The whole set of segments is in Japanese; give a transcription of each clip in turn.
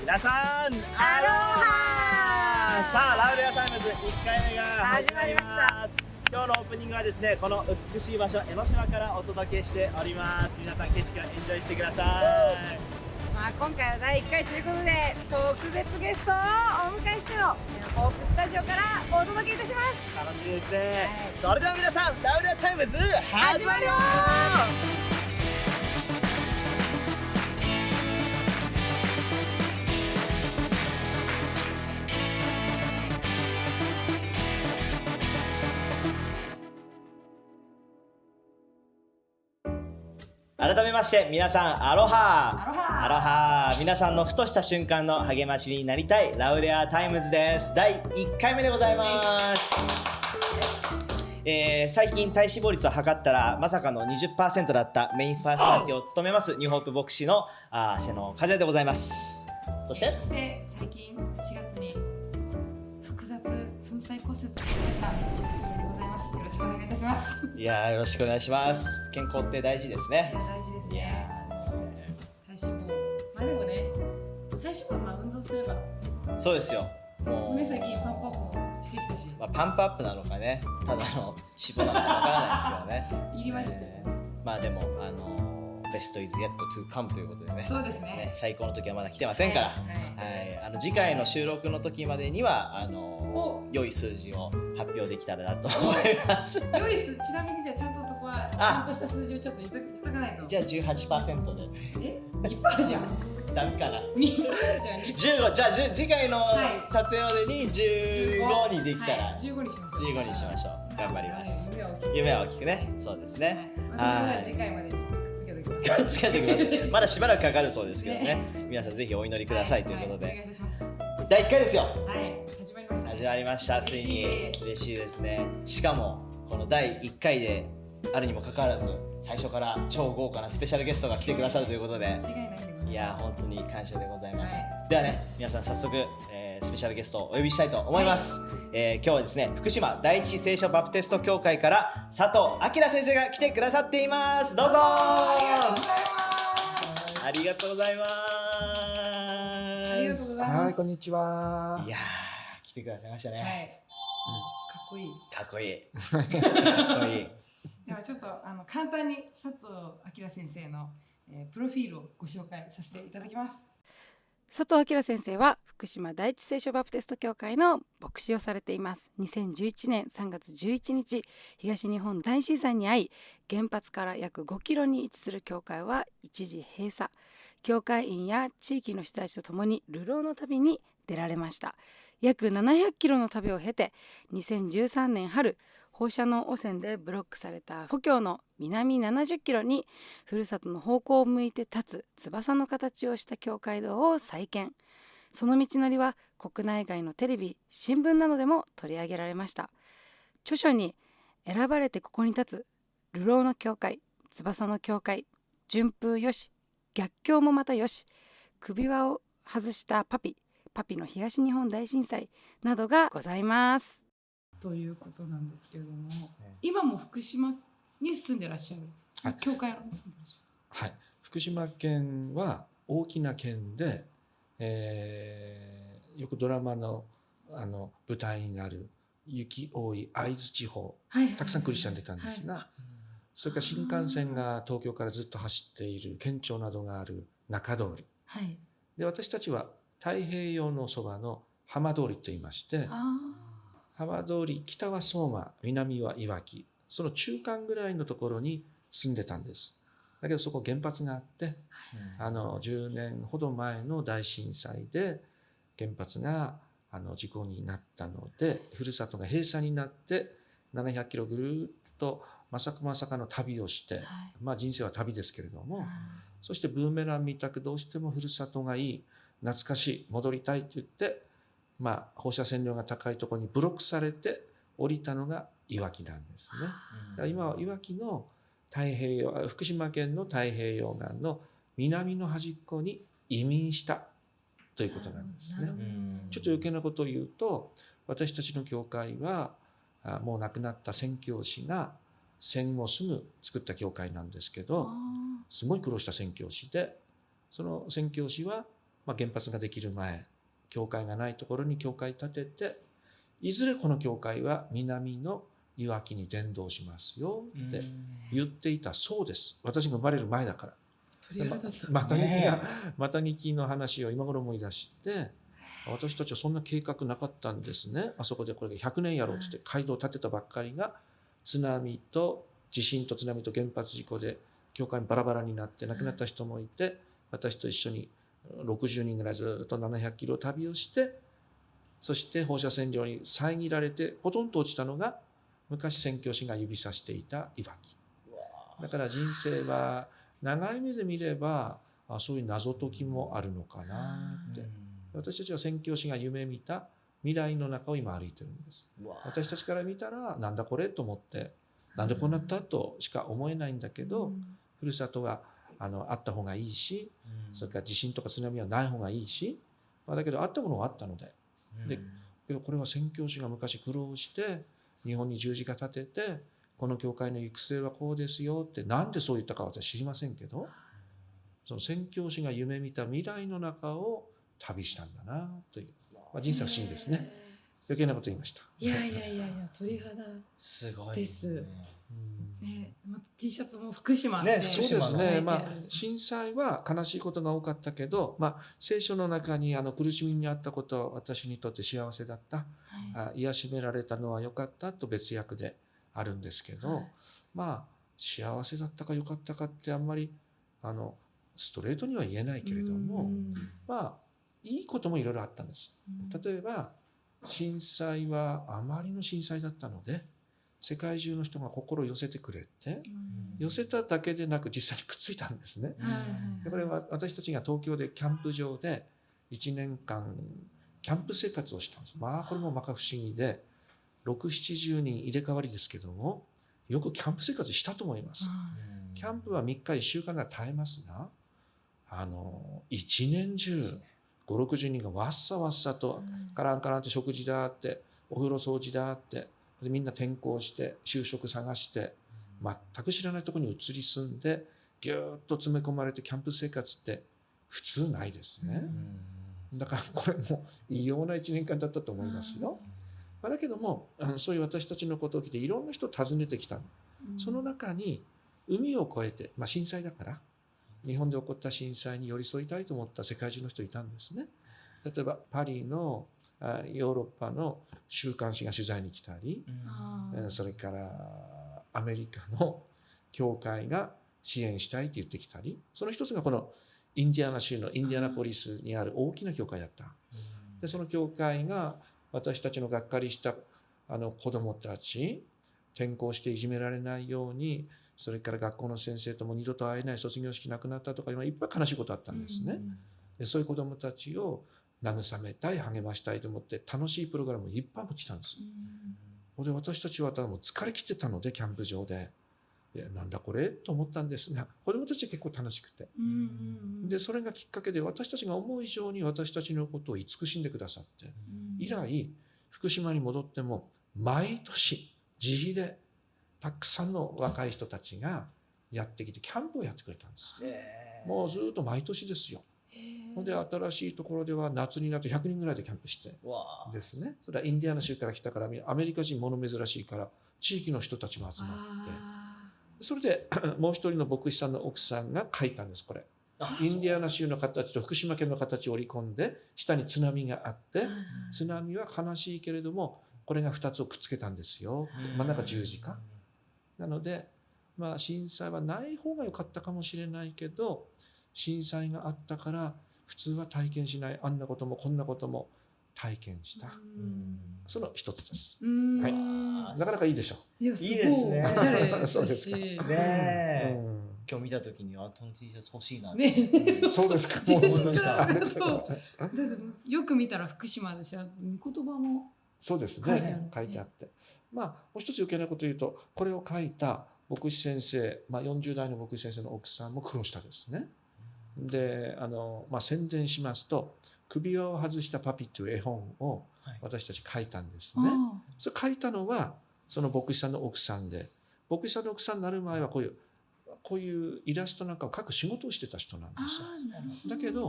皆さんアロハ。さあラウレアタイムズ1回目が始まります。今日のオープニングはですね、この美しい場所江ノ島からお届けしております。皆さん景色をエンジョイしてください。 今回は第1回ということで特別ゲストをお迎えしてのホープスタジオからお届けいたします。 楽しみですね、それでは皆さんラウレアタイムズ始まるよ。改めまして皆さんアロハ。アロハ。皆さんのふとした瞬間の励ましになりたいラウレアタイムズです。第1回目でございます。最近体脂肪率を測ったらまさかの 20% だったメインパーソナリティを務めますニューホープ牧師の瀬野和也でございます。そして最近4月に複雑粉砕骨折をしました吉村でございます。よろしくお願いいたします。 いやよろしくお願いします。健康って大事ですね。 いや大事ですね。体脂肪でもね、体脂肪は運動すればそうですよ。もうね、最近パンプアップもしてきたし、 パンプアップなのかね、ただの脂肪なのかわからないですけどね。 いりましたね。 でもベスト is yet to come ということでね。 そうですね。 最高の時はまだ来てませんから、次回の収録の時までには良い数字を発表できたらなと思います。 良い数、ちなみにじゃあちゃんとそこはちゃんとした数字をちょっと言っとかないと。 じゃあ 18% で。 2%じゃん。 ダメかな。 2%じゃん。 15、じゃあ次回の撮影までに15にできたら、 15にしましょう。 15にしましょう。頑張ります。 夢は大きくね。そうですね。 次回までにくっつけてください。まだしばらくかかるそうですけどね。皆さんぜひお祈りくださいということで。第1回ですよ。 始まりました。 始まりました。ついに嬉しいですね。しかもこの第1回であるにもかかわらず最初から超豪華なスペシャルゲストが来てくださるということで、いや本当に感謝でございます。ではね、皆さん早速、スペシャルゲストをお呼びしたいと思います。今日はですね、福島第一聖書バプテスト教会から佐藤明先生が来てくださっています。どうぞ。ありがとうございます。 はい、こんにちは。 いやー、来てくださいましたね。 かっこいい。 かっこいい。かっこいい。 ではちょっと簡単に佐藤明先生の、プロフィールをご紹介させていただきます。 佐藤明先生は福島第一聖書バプテスト教会の牧師をされています。2011年3月11日東日本大震災に遭い、原発から約5キロに位置する教会は一時閉鎖。教会員や地域の人たちと共に流浪の旅に出られました。約700キロの旅を経て2013年春、放射能汚染でブロックされた故郷の南70キロにふるさとの方向を向いて立つ翼の形をした教会堂を再建。その道のりは国内外のテレビ、新聞などでも取り上げられました。著書に選ばれてここに立つ流浪の教会、翼の教会、順風よし、逆境もまたよし、首輪を外したパピの東日本大震災などがございます。 ということなんですけれども、今も福島に住んでらっしゃる、教会に住んでらっしゃる。 はい、福島県は大きな県で、よくドラマの舞台になる雪多い会津地方、たくさんクリスチャン出たんですが、それから新幹線が東京からずっと走っている県庁などがある中通り、で私たちは太平洋のそばの浜通りと言いまして、浜通り、北は相馬、南はいわき、その中間ぐらいのところに住んでたんです。だけどそこ原発があって、10年ほど前の大震災で原発が事故になったので、ふるさとが閉鎖になって700キロぐるっとまさかの旅をして、人生は旅ですけれども、そしてブーメランみたくどうしてもふるさとがいい、懐かしい、戻りたいと言って、放射線量が高いところにブロックされて降りたのがいわきなんですね。だから今はいわきの福島県の太平洋岸の南の端っこに移民したということなんですね。ちょっと余計なことを言うと、私たちの教会はもう亡くなった宣教師が戦後すぐ作った教会なんですけど、すごい苦労した宣教師で、その宣教師は原発ができる前、教会がないところに教会建てて、いずれこの教会は南のいわきに伝道しますよって言っていたそうです。私が生まれる前だから。マタニティの話を今頃思い出して、私たちはそんな計画なかったんですね。あそこでこれが100年やろうって街道を建てたばっかりが、津波と地震と津波と原発事故で教会バラバラになって亡くなった人もいて、私と一緒に60人ぐらいずっと700キロ旅をして、そして放射線量に遮られてポトンと落ちたのが昔宣教師が指さしていたいわき。だから人生は長い目で見ればそういう謎解きもあるのかなって。私たちは宣教師が夢見た未来の中を今歩いてるんです。私たちから見たらなんだこれと思って、なんでこうなったとしか思えないんだけど、ふるさとがあった方がいいし、それから地震とか津波はない方がいいし、だけどあったものはあったので、けどこれは宣教師が昔苦労して日本に十字架立てて、この教会の行く末はこうですよって、なんでそう言ったか私知りませんけど、その宣教師が夢見た未来の中を旅したんだなという、人生は不思議ですね。余計なこと言いました。 いや鳥肌すごいですね。T シャツも福島ね。 そうですね。震災は悲しいことが多かったけど、聖書の中に苦しみにあったことは私にとって幸せだった、癒しめられたのは良かったと別訳であるんですけど、幸せだったか良かったかってあんまりストレートには言えないけれども、いいこともいろいろあったんです。例えば震災はあまりの震災だったので、世界中の人が心を寄せてくれて、寄せただけでなく実際にくっついたんですね。これは私たちが東京でキャンプ場で1年間キャンプ生活をしたんです。これもまか不思議で、6、70人入れ替わりですけども、よくキャンプ生活したと思います。キャンプは3日1週間が耐えますが、一年中5、60人がわっさわっさとカランカランって食事だって、お風呂掃除だって、でみんな転校して就職探して全く知らないところに移り住んでぎゅーっと詰め込まれて、キャンプ生活って普通ないですね。だからこれも異様な1年間だったと思いますよ。だけどもそういう私たちのことを聞いていろんな人を訪ねてきた。その中に海を越えて、震災だから日本で起こった震災に寄り添いたいと思った世界中の人いたんですね。例えばパリのヨーロッパの週刊誌が取材に来たり、それからアメリカの教会が支援したいって言ってきたり、その一つがこのインディアナ州のインディアナポリスにある大きな教会だった。でその教会が私たちのがっかりした子どもたち、転校していじめられないように、それから学校の先生とも二度と会えない、卒業式なくなったとかいっぱい悲しいことあったんですね。でそういう子どもたちを慰めたい、励ましたいと思って楽しいプログラムをいっぱい持ってきたんです。で私たちはもう疲れ切ってたのでキャンプ場で、なんだこれと思ったんですが、子どもたちは結構楽しくて、でそれがきっかけで私たちが思う以上に私たちのことを慈しんでくださって、以来福島に戻っても毎年自費でたくさんの若い人たちがやってきてキャンプをやってくれたんです。もうずっと毎年ですよ。で新しいところでは夏になって100人ぐらいでキャンプしてですね。それはインディアナ州から来たから、アメリカ人もの珍しいから地域の人たちも集まって、それでもう一人の牧師さんの奥さんが書いたんです。これインディアナ州の形と福島県の形を織り込んで、下に津波があって、津波は悲しいけれどもこれが2つをくっつけたんですよ。真ん中十字架なので、震災はない方が良かったかもしれないけど、震災があったから普通は体験しない、あんなこともこんなことも体験した、その一つです。はい、なかなかいいでしょう。 いいですね。 おしゃれそうですか。 ね、今日見たときにこの T シャツ欲しいなって、 そうですか。 思いました。 よく見たら福島でしょ。御言葉もそうですね。書いてあって、もう一つ余計なこと言うと、これを書いた牧師先生、40代の牧師先生の奥さんも苦労したですね。で宣伝しますと、首輪を外したパピという絵本を私たち書いたんですね。それ書いたのはその牧師さんの奥さんで、牧師さんの奥さんになる前はこういうイラストなんかを描く仕事をしてた人なんですよ。だけど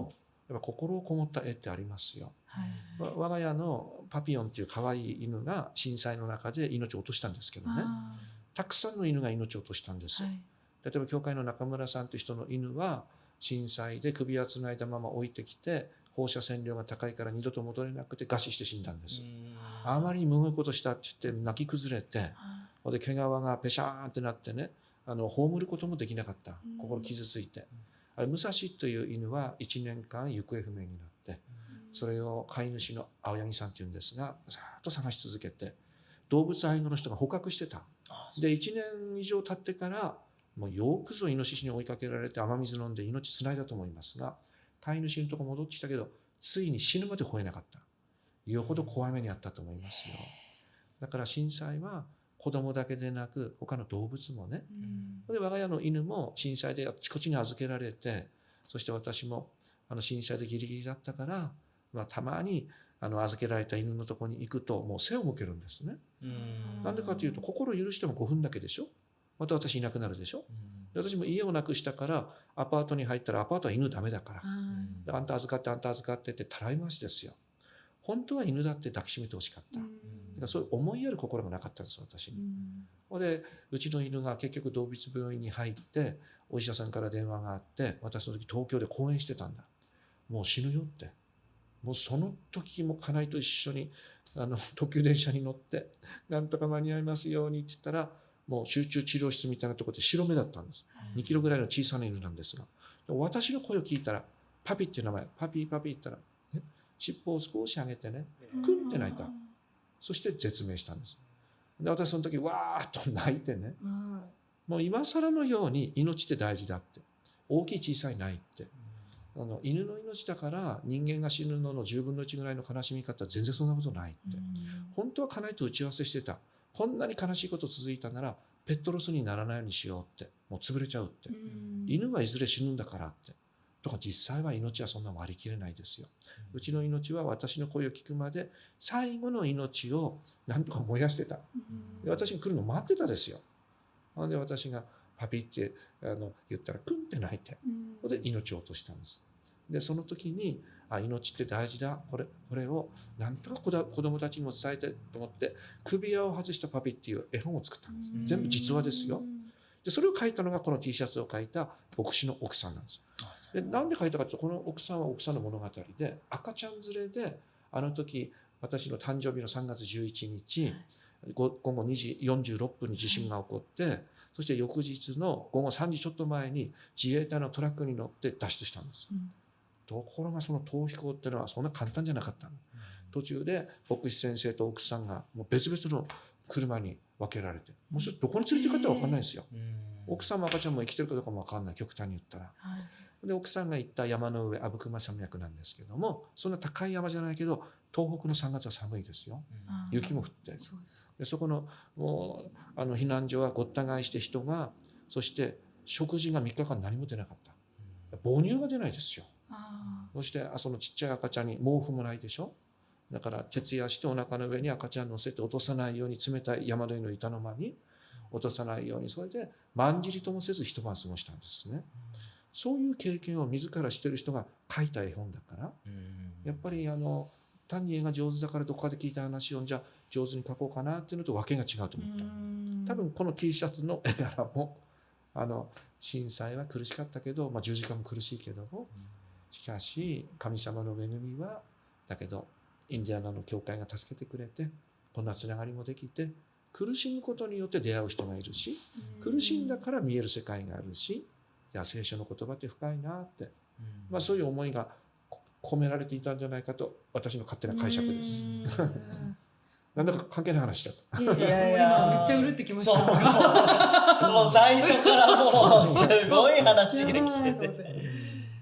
ぱ心をこもった絵ってありますよ。 はい、 我が家のパピヨンっていう可愛い犬が震災の中で命を落としたんですけどね、たくさんの犬が命を落としたんです、はい、例えば教会の中村さんという人の犬は震災で首輪つないだまま置いてきて、放射線量が高いから二度と戻れなくて餓死して死んだんです。あまりにむごいことしたって言って泣き崩れて、で毛皮がペシャーンってなってね、葬ることもできなかった。心傷ついて、あれ武蔵という犬は1年間行方不明になって、それを飼い主の青柳さんっていうんですが、ずっと探し続けて、動物愛護の人が捕獲してた。で1年以上経ってからもうよくぞイノシシに追いかけられて雨水飲んで命つないだと思いますが、飼い主のとこ戻ってきたけどついに死ぬまで吠えなかった。よほど怖い目にあったと思いますよ。だから震災は子供だけでなく他の動物もね、で我が家の犬も震災であちこちに預けられて、そして私も震災でギリギリだったから、たまに預けられた犬のところに行くともう背を向けるんですね。なんでかというと、心を許しても5分だけでしょ。また私いなくなるでしょ。で私も家をなくしたからアパートに入ったら、アパートは犬ダメだから、あんた預かってあんた預かってってたらい回しですよ。本当は犬だって抱きしめてほしかった。だからそういう思いやる心がなかったんです私に。でうちの犬が結局動物病院に入って、お医者さんから電話があって、私の時東京で講演してたんだ。もう死ぬよって。もうその時も家内と一緒に特急電車に乗ってなんとか間に合いますようにって言ったら、もう集中治療室みたいなところで白目だったんです。2キロぐらいの小さな犬なんですが、私の声を聞いたらパピっていう名前、パピーパピーって言ったら、ね、尻尾を少し上げてね、クンって泣いた。そして絶命したんです。で私その時わーっと泣いてね、もう今更のように命って大事だって、大きい小さいないって、犬の命だから人間が死ぬのの10分の1ぐらいの悲しみ方は全然そんなことないって、本当は家内と打ち合わせしてた。こんなに悲しいこと続いたならペットロスにならないようにしようって、もう潰れちゃうって、犬はいずれ死ぬんだからって。とか実際は命はそんな割り切れないですよ。うちの命は私の声を聞くまで最後の命をなんとか燃やしてた。で私に来るの待ってたですよ。で私がパピって言ったらクンって泣いて、で命を落としたんです。でその時に命って大事だ、これをなんとか子供たちにも伝えてと思って、首輪を外したパピっていう絵本を作ったんです。全部実話ですよ。でそれを書いたのがこの T シャツを書いた牧師の奥さんなんです。でなんで書いたかというと、この奥さんは奥さんの物語で赤ちゃん連れで、時私の誕生日の3月11日午後2時46分に地震が起こって、そして翌日の午後3時ちょっと前に自衛隊のトラックに乗って脱出したんです、ところがその逃避行っていうのはそんな簡単じゃなかったの、途中で牧師先生と奥さんがもう別々の車に分けられて、もうどこに連れて行くかって分かんないですよ、奥さんも赤ちゃんも生きてるかどうかも分かんない、極端に言ったら、で奥さんが行った山の上、阿武隈山脈なんですけども、そんな高い山じゃないけど東北の3月は寒いですよ、雪も降って、でそこのもう避難所はごった返して人が、そして食事が3日間何も出なかった、母乳が出ないですよ。そしてそのちっちゃい赤ちゃんに毛布もないでしょ。だから徹夜してお腹の上に赤ちゃん乗せて落とさないように、冷たい山の上の板の間に落とさないように、それでまんじりともせず一晩過ごしたんですね。そういう経験を自らしている人が書いた絵本だから、やっぱり単に絵が上手だからどこかで聞いた話をじゃあ上手に描こうかなっていうのと訳が違うと思った。多分この T シャツの絵柄も震災は苦しかったけど、十字架も苦しいけども、しかし神様の恵みはだけどインディアナの教会が助けてくれて、こんなつながりもできて、苦しむことによって出会う人がいるし、苦しんだから見える世界があるし、いや聖書の言葉って深いなって、そういう思いが込められていたんじゃないかと私の勝手な解釈です。なんだか関係ない話だと。 いやめっちゃうるってきました。 もう最初からもうすごい話が来てて。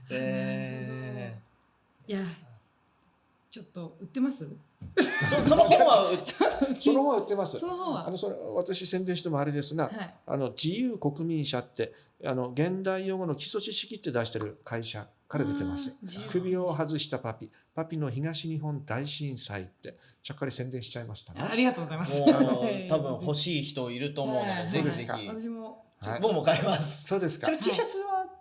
いやちょっと売ってます？ その本は売ってます。 その本は私宣伝してもあれですが、自由国民社って現代用語の基礎知識って出してる会社から出てます。首を外したパピの東日本大震災ってちゃっかり宣伝しちゃいましたね。 ありがとうございます。 多分欲しい人いると思うので、ぜひぜひ。 私も僕も買います。 そうですか。 T シャツは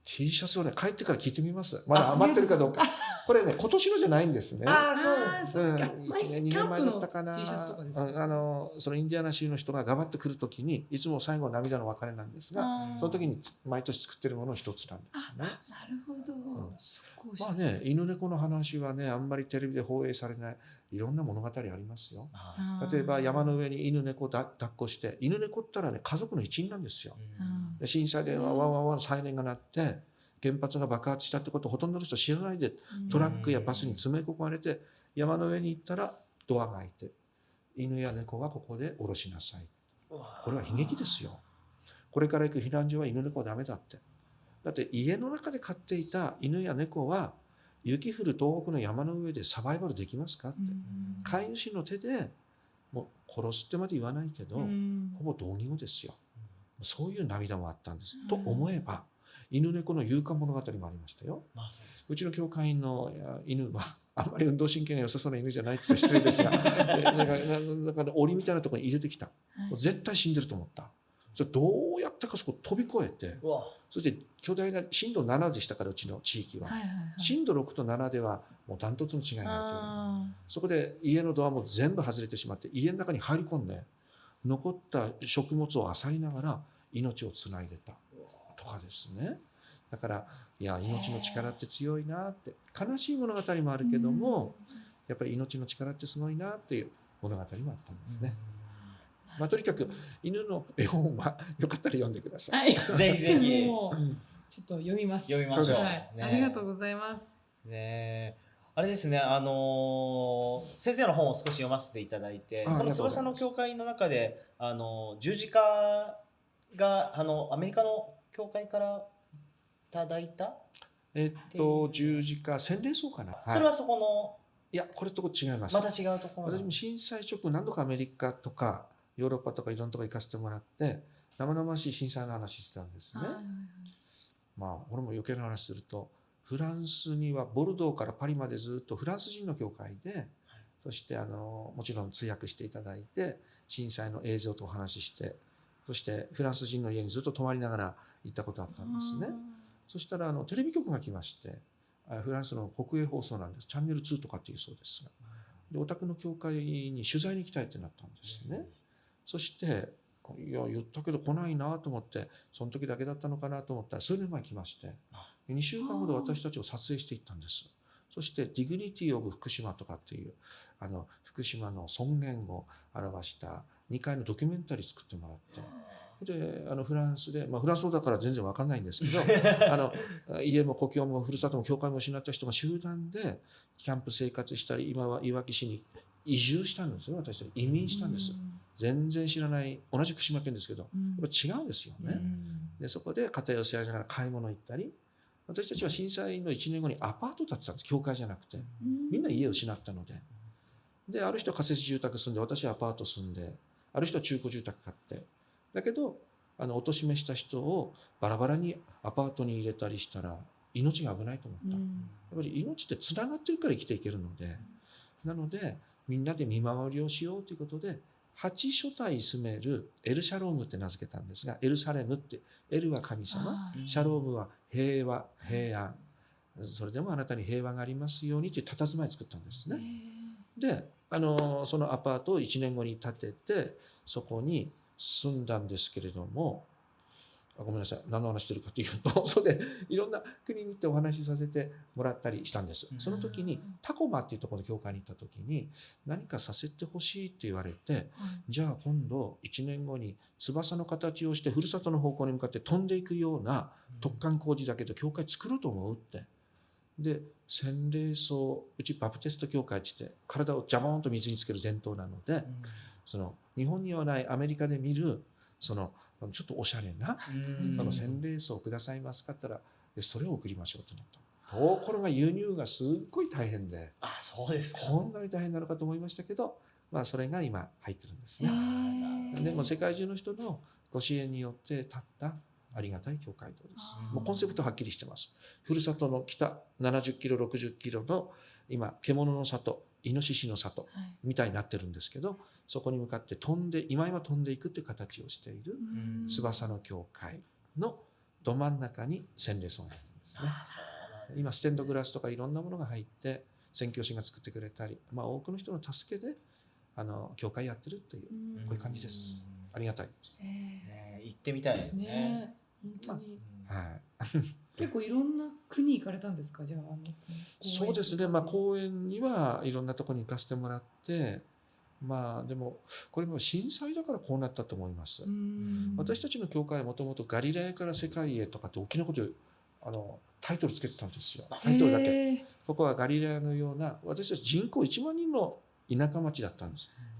T シャツをね帰ってから聞いてみます。まだ余ってるかどうか。これね今年のじゃないんですね。 そうです。 1年2年前だったかな。 T シャツとかですか？ そのインディアナ州の人がガバッと来るときにいつも最後涙の別れなんですが、その時に毎年作ってるもの一つなんですね。 なるほど。すごいまあね、犬猫の話はねあんまりテレビで放映されないいろんな物語ありますよ。例えば山の上に犬猫を抱っこして、犬猫ったらね家族の一員なんですよ。で震災でワンワンワンサイレンが鳴って原発が爆発したってことをほとんどの人知らないでトラックやバスに詰め込まれて山の上に行ったらドアが開いて犬や猫はここで降ろしなさい。これは悲劇ですよ。これから行く避難所は犬猫はダメだって。だって家の中で飼っていた犬や猫は雪降る東北の山の上でサバイバルできますかって。飼い主の手でもう殺すってまで言わないけどほぼ同義語ですよ。そういう涙もあったんです。と思えば犬猫の勇敢物語もありましたよ。うちの教会員の犬はあんまり運動神経が良さそうな犬じゃないって言ったら失礼ですがなんか檻みたいなところに入れてきた。絶対死んでると思った。それどうやったかそこ飛び越えて、そして巨大な震度7でしたからうちの地域は、震度6と7ではもうダントツの違いないという。そこで家のドアも全部外れてしまって家の中に入り込んで残った食物を漁りながら命をつないでたとかですね。だからいや命の力って強いなって、悲しい物語もあるけどもやっぱり命の力ってすごいなっていう物語もあったんですね。まあ、とにかく犬の絵本はよかったら読んでください。 ぜひぜひ。 もうちょっと読みます。 読みましょう。 ありがとうございます。 ね、あれですね、先生の本を少し読ませていただいて、その翼の教会の中で十字架がアメリカの教会からいただいた十字架洗礼装かな。 それはそこのいやこれとこ違います。 また違うところ。 私も震災直後何度かアメリカとかヨーロッパとかいろんなとこ行かせてもらって生々しい震災の話してたんですね。まあ俺も余計な話するとフランスにはボルドーからパリまでずっとフランス人の教会で、そしてもちろん通訳していただいて震災の映像とお話しして、そしてフランス人の家にずっと泊まりながら行ったことあったんですね。そしたらテレビ局が来まして、フランスの国営放送なんです。チャンネル2とかっていうそうですが、でお宅の教会に取材に行きたいってなったんですね。そしていや言ったけど来ないなと思って、その時だけだったのかなと思ったら数年前来まして、2週間ほど私たちを撮影していったんです。そしてディグニティオブ福島とかっていう福島の尊厳を表した2回のドキュメンタリー作ってもらって、でフランスで、フランス語だから全然わかんないんですけど家も故郷もふるさとも教会も失った人が集団でキャンプ生活したり、今はいわき市に移住したんですよ。私たち移民したんです。全然知らない同じ福島県ですけど、やっぱ違うんですよね。でそこで家庭を背負いながら買い物行ったり、私たちは震災の1年後にアパート建てたんです。教会じゃなくてみんな家を失ったので、である人は仮設住宅住んで、私はアパート住んで、ある人は中古住宅買って、だけどおとしめした人をバラバラにアパートに入れたりしたら命が危ないと思った。やっぱり命ってつながってるから生きていけるので、なのでみんなで見守りをしようということで、8所帯住めるエルシャロームって名付けたんですが、エルサレムって、エルは神様、シャロームは平和、平安、それでもあなたに平和がありますようにという佇まいを作ったんですね。でそのアパートを1年後に建ててそこに住んだんですけれども、ごめんなさい、何の話してるかというと、それでいろんな国に行ってお話しさせてもらったりしたんです。その時にタコマっていうところの教会に行った時に何かさせてほしいって言われて、じゃあ今度1年後に翼の形をしてふるさとの方向に向かって飛んでいくような突貫工事だけど教会作ろうと思うって。で洗礼装、うちバプテスト教会って言って体をジャボーンと水につける伝統なので、日本にはないアメリカで見るちょっとおしゃれな洗礼装をくださいますかって言ったら、それを送りましょうってなった。ところが輸入がすっごい大変で、 そうですか。 こんなに大変なのかと思いましたけど、それが今入ってるんですね。でも世界中の人のご支援によって立ったありがたい教会堂です。もうコンセプトはっきりしてます。ふるさとの北70キロ60キロの今獣の里、イノシシの里みたいになってるんですけど、そこに向かって今飛んでいくという形をしている翼の教会のど真ん中に洗礼装がある。 ですね。今ステンドグラスとかいろんなものが入って宣教師が作ってくれたり、多くの人の助けで教会やってるというこういう感じです。ありがたいです。 行ってみたいね。 本当に。 はい。 結構いろんな国行かれたんですか、じゃあ。 そうですね。公園にはいろんなところに行かせてもらって、でもこれも震災だからこうなったと思います。私たちの教会はもともとガリラヤから世界へとかって大きなことタイトルつけてたんですよ。タイトルだけ。ここはガリラヤのような、私たち人口1万人の田舎町だったんです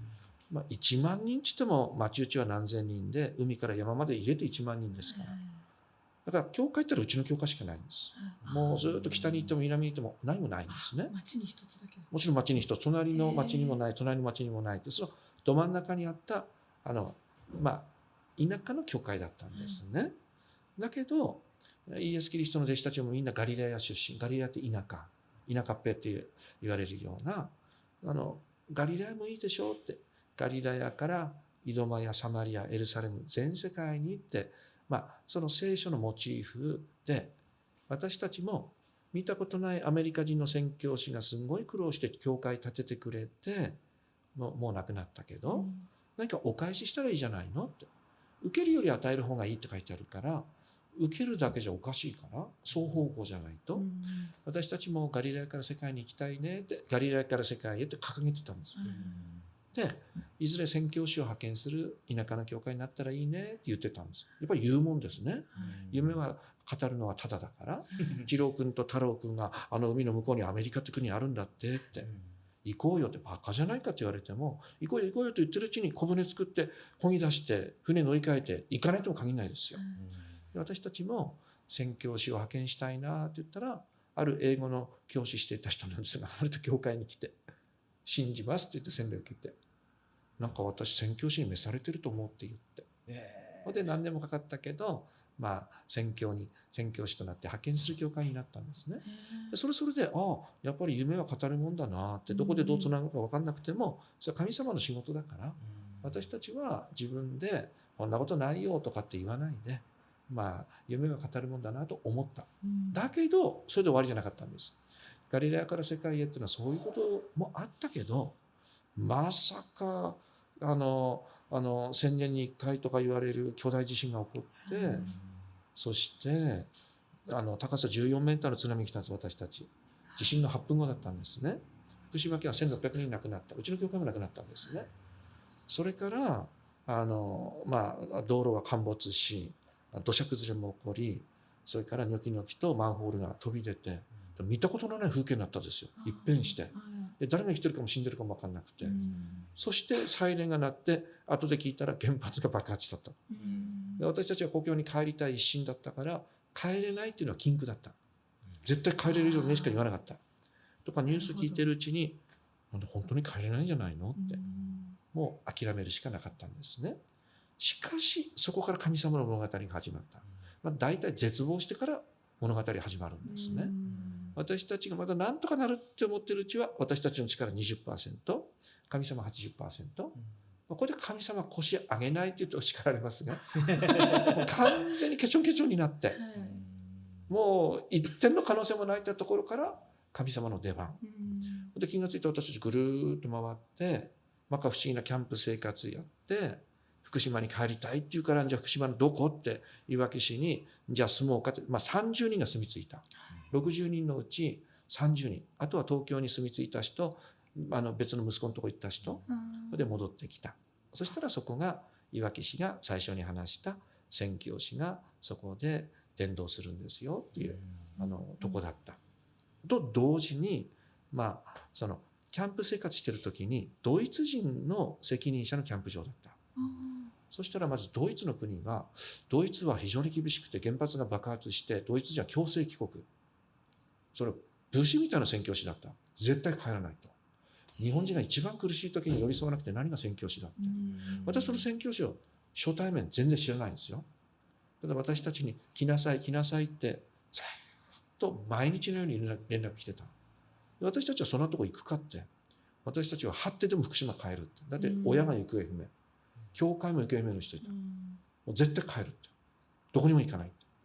。1万人って言っても町内は何千人で、海から山まで入れて1万人ですから。だから教会ってのはうちの教会しかないんです。もうずっと北に行っても南に行っても何もないんですね。 町に一つだけ。 もちろん町に一つ、隣の町にもない、隣の町にもないって、そのど真ん中にあった田舎の教会だったんですね。だけどイエス・キリストの弟子たちもみんなガリラヤ出身。ガリラヤって田舎っぺって言われるようなガリラヤもいいでしょうって、ガリラヤからイドマやサマリア、エルサレム、全世界に行って、その聖書のモチーフで、私たちも見たことないアメリカ人の宣教師がすごい苦労して教会建ててくれて、もう亡くなったけど、何かお返ししたらいいじゃないのって。受けるより与える方がいいって書いてあるから、受けるだけじゃおかしいから、双方向じゃないと。私たちもガリラヤから世界に行きたいねって、ガリラヤから世界へって掲げてたんです。で、いずれ宣教師を派遣する田舎の教会になったらいいねって言ってたんです。やっぱり言うもんですね。夢は語るのはただだから、次郎君と太郎君が海の向こうにアメリカって国あるんだってって、行こうよってバカじゃないかって言われても、行こうよ行こうよと言ってるうちに小舟作って漕ぎ出して船乗り換えて行かないとも限らないですよ。私たちも宣教師を派遣したいなって言ったら、ある英語の教師していた人なんですが、あると教会に来て、信じますって言って洗礼を受けて、なんか私宣教師に召されてると思うって言って、で何年もかかったけど、宣教師となって派遣する教会になったんですね。でそれでやっぱり夢は語るもんだなって、どこでどうつながるか分かんなくても、それは神様の仕事だから、私たちは自分でこんなことないよとかって言わないで、夢は語るもんだなと思った。だけどそれで終わりじゃなかったんです。ガリラヤから世界へっていうのはそういうこともあったけど、まさか1000年に1回とか言われる巨大地震が起こって、そして高さ14メーターの津波が来たんです。私たち地震の8分後だったんですね。福島県は1600人亡くなった。うちの教会も亡くなったんですね。それから道路が陥没し、土砂崩れも起こり、それからニョキニョキとマンホールが飛び出て、見たことのない風景になったんですよ。一変して、で誰が生きてるかも死んでるかも分かんなくて、そしてサイレンが鳴って、後で聞いたら原発が爆発したと。で私たちは故郷に帰りたい一心だったから、帰れないっていうのは禁句だった。絶対帰れるようにしか言わなかったとか、ニュース聞いてるうちに、なんで本当に帰れないんじゃないのって、もう諦めるしかなかったんですね。しかしそこから神様の物語が始まった。大体絶望してから物語始まるんですね。私たちがまだ何とかなるって思ってるうちは、私たちの力 20%、 神様 80%、これで神様腰上げないって言うと叱られますが、完全にケチョンケチョンになって、もう一点の可能性もないってところから神様の出番で、気がついて私たちぐるーっと回って、摩訶不思議なキャンプ生活やって、福島に帰りたいって言うから、じゃあ福島のどこっていわき市にじゃあ住もうかって、30人が住み着いた。60人のうち30人、あとは東京に住み着いた人、別の息子のとこ行った人で戻ってきた。そしたらそこがいわき市が最初に話した宣教師がそこで伝道するんですよっていうとこだった。と同時に、そのキャンプ生活してる時にドイツ人の責任者のキャンプ場だった。そしたらまずドイツの国が、ドイツは非常に厳しくて原発が爆発して、ドイツ人は強制帰国。それ武士みたいな宣教師だった。絶対帰らないと。日本人が一番苦しい時に寄り添わなくて何が宣教師だって。私その宣教師を初対面全然知らないんですよ。ただ私たちに来なさい来なさいってずっと毎日のように連絡来てた。私たちはそんなとこ行くかって。私たちは張ってでも福島帰るって。だって親が行方不明。教会も行方不明の人いた。もう絶対帰るって。どこにも行かないって。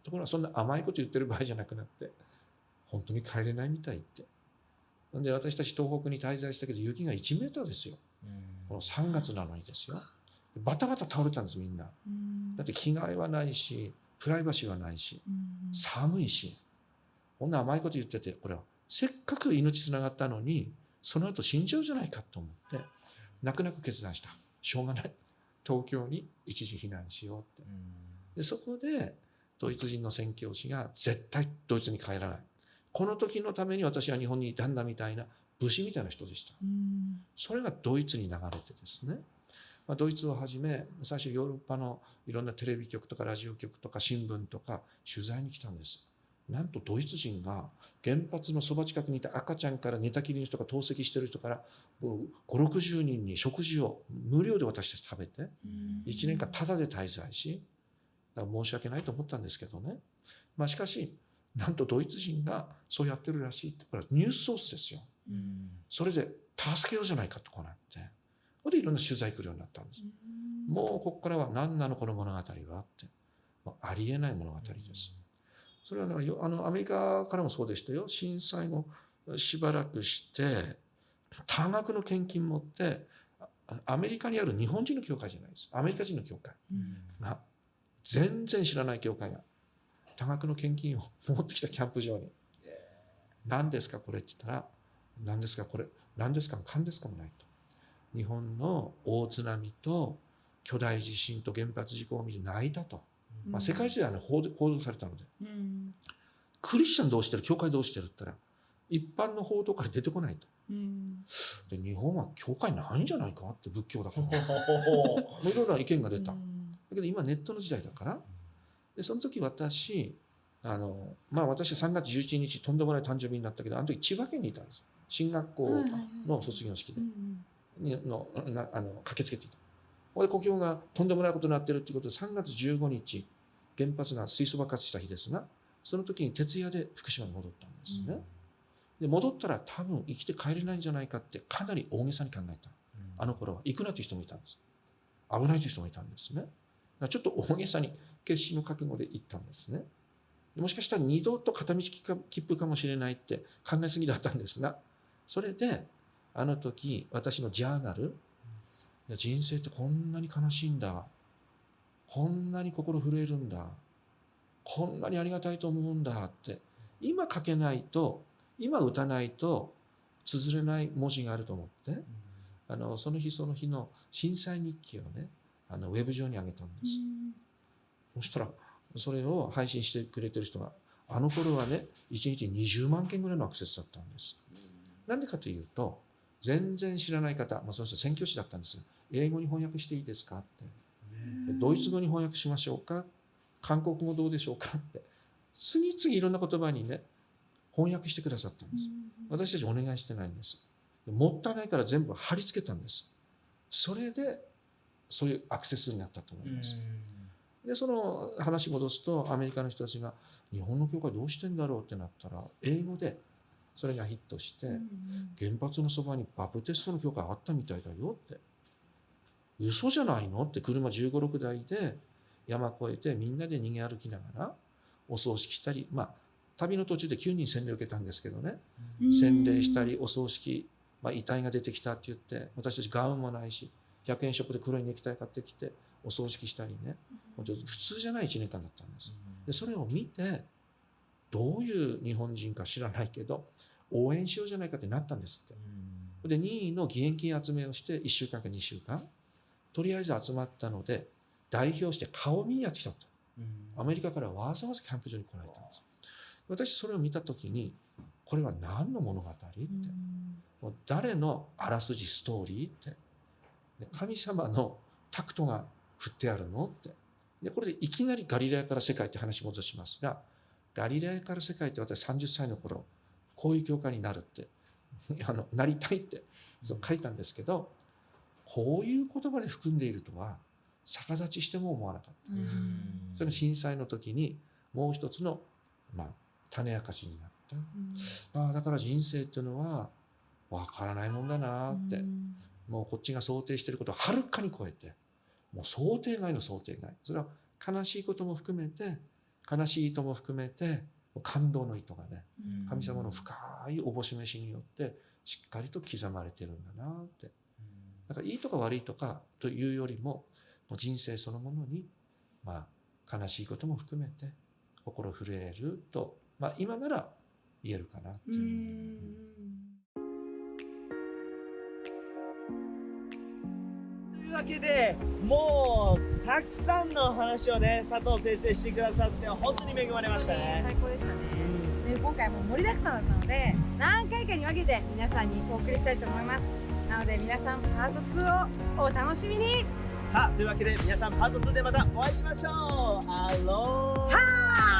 ところがそんな甘いこと言ってる場合じゃなくなって、本当に帰れないみたいって。なんで私たち東北に滞在したけど雪が1メートルですよ。この3月なのにですよ。バタバタ倒れたんですみんな。だって着替えはないし、プライバシーはないし、寒いし、こんな甘いこと言ってて、これはせっかく命つながったのに、その後死んじゃうじゃないかと思って、泣く泣く決断した。しょうがない。東京に一時避難しようって。でそこでドイツ人の宣教師が絶対ドイツに帰らない。この時のために私は日本にいたんだみたいな武士みたいな人でした。それがドイツに流れてですね、ドイツをはじめ最初ヨーロッパのいろんなテレビ局とかラジオ局とか新聞とか取材に来たんです。なんとドイツ人が原発のそば近くにいた赤ちゃんから寝たきりの人が透析してる人から5、60人に食事を無料で私たち食べて1年間タダで滞在し、だから申し訳ないと思ったんですけどね。しかしなんとドイツ人がそうやってるらしいって、これはニュースソースですよ。それで助けようじゃないかとこうなって、それでいろんな取材来るようになったんです。もうここからは何なのこの物語はって、ありえない物語です。それは、ね、アメリカからもそうでしたよ。震災後しばらくして多額の献金持ってアメリカにある日本人の教会じゃないです、アメリカ人の教会が、全然知らない教会が多額の献金を持ってきたキャンプ場に、何ですかこれって言ったら、何ですかこれ、何ですかもかんですかもないと。日本の大津波と巨大地震と原発事故を見て泣いたと。世界中では、ね、報道されたので、クリスチャンどうしてる、教会どうしてるって言ったら一般の報道から出てこないと。で日本は教会ないんじゃないかって、仏教だからいろいろな意見が出た。だけど今ネットの時代だから、でその時私私は3月11日とんでもない誕生日になったけど、あの時千葉県にいたんです。進学校の卒業式で駆けつけていた。で故郷がとんでもないことになっているということで、3月15日原発が水素爆発した日ですが、その時に徹夜で福島に戻ったんですね。で戻ったら多分生きて帰れないんじゃないかってかなり大げさに考えた。あの頃は行くなという人もいたんです。危ないという人もいたんですね。ちょっと大げさに決心の覚悟で行ったんですね。もしかしたら二度と片道切符かもしれないって考えすぎだったんですが、それであの時私のジャーナル、人生ってこんなに悲しいんだ、こんなに心震えるんだ、こんなにありがたいと思うんだって、今書けないと、今打たないと綴れない文字があると思って、その日その日の震災日記をね、ウェブ上に上げたんです。そしたらそれを配信してくれてる人が、あの頃はね1日20万件ぐらいのアクセスだったんです。なんでかというと、全然知らない方、その人宣教師だったんですが、英語に翻訳していいですかって、ドイツ語に翻訳しましょうか、韓国語どうでしょうかって、次々いろんな言葉にね翻訳してくださったんです。私たちお願いしてないんです。もったいないから全部貼り付けたんです。それでそういうアクセスになったと思います。でその話戻すと、アメリカの人たちが日本の教会どうしてんだろうってなったら、英語でそれがヒットして、原発のそばにバプテストの教会あったみたいだよって、嘘じゃないのって、車15、6台で山越えてみんなで逃げ歩きながらお葬式したり、旅の途中で9人洗礼を受けたんですけどね、洗礼したりお葬式、遺体が出てきたって言って、私たちガウンもないし100円ショップで黒いネクタイ買ってきてお葬式したりね、普通じゃない1年間だったんです。でそれを見て、どういう日本人か知らないけど応援しようじゃないかってなったんですって。で任意の義援金集めをして1週間か2週間とりあえず集まったので、代表して顔見にやってきたと。アメリカからわざわざキャンプ場に来られたんです。私それを見た時に、これは何の物語って、もう誰のあらすじストーリーって、神様のタクトが振ってあるのって。でこれでいきなりガリラヤから世界って話戻しますが、ガリラヤから世界って私30歳の頃こういう教会になるってなりたいってそう書いたんですけど、こういう言葉で含んでいるとは逆立ちしても思わなかった。それの震災の時にもう一つの種明かしになった。だから人生っていうのは分からないもんだなって、もうこっちが想定していることをはるかに超えて、もう想定外の想定外、それは悲しいことも含めて悲しい意図も含めて感動の意図がね、神様の深いおぼし飯によってしっかりと刻まれてるんだなって。だからいいとか悪いとかというよりも、もう人生そのものに、悲しいことも含めて心震えると、今なら言えるかなっていう。 というわけで、もうたくさんの話をね、佐藤先生してくださって本当に恵まれましたね。 最高でしたね。で、今回も盛りだくさんだったので、何回かに分けて皆さんにお送りしたいと思います。なので皆さんパート2をお楽しみに。 さあ、というわけで皆さんパート2でまたお会いしましょう。アローはー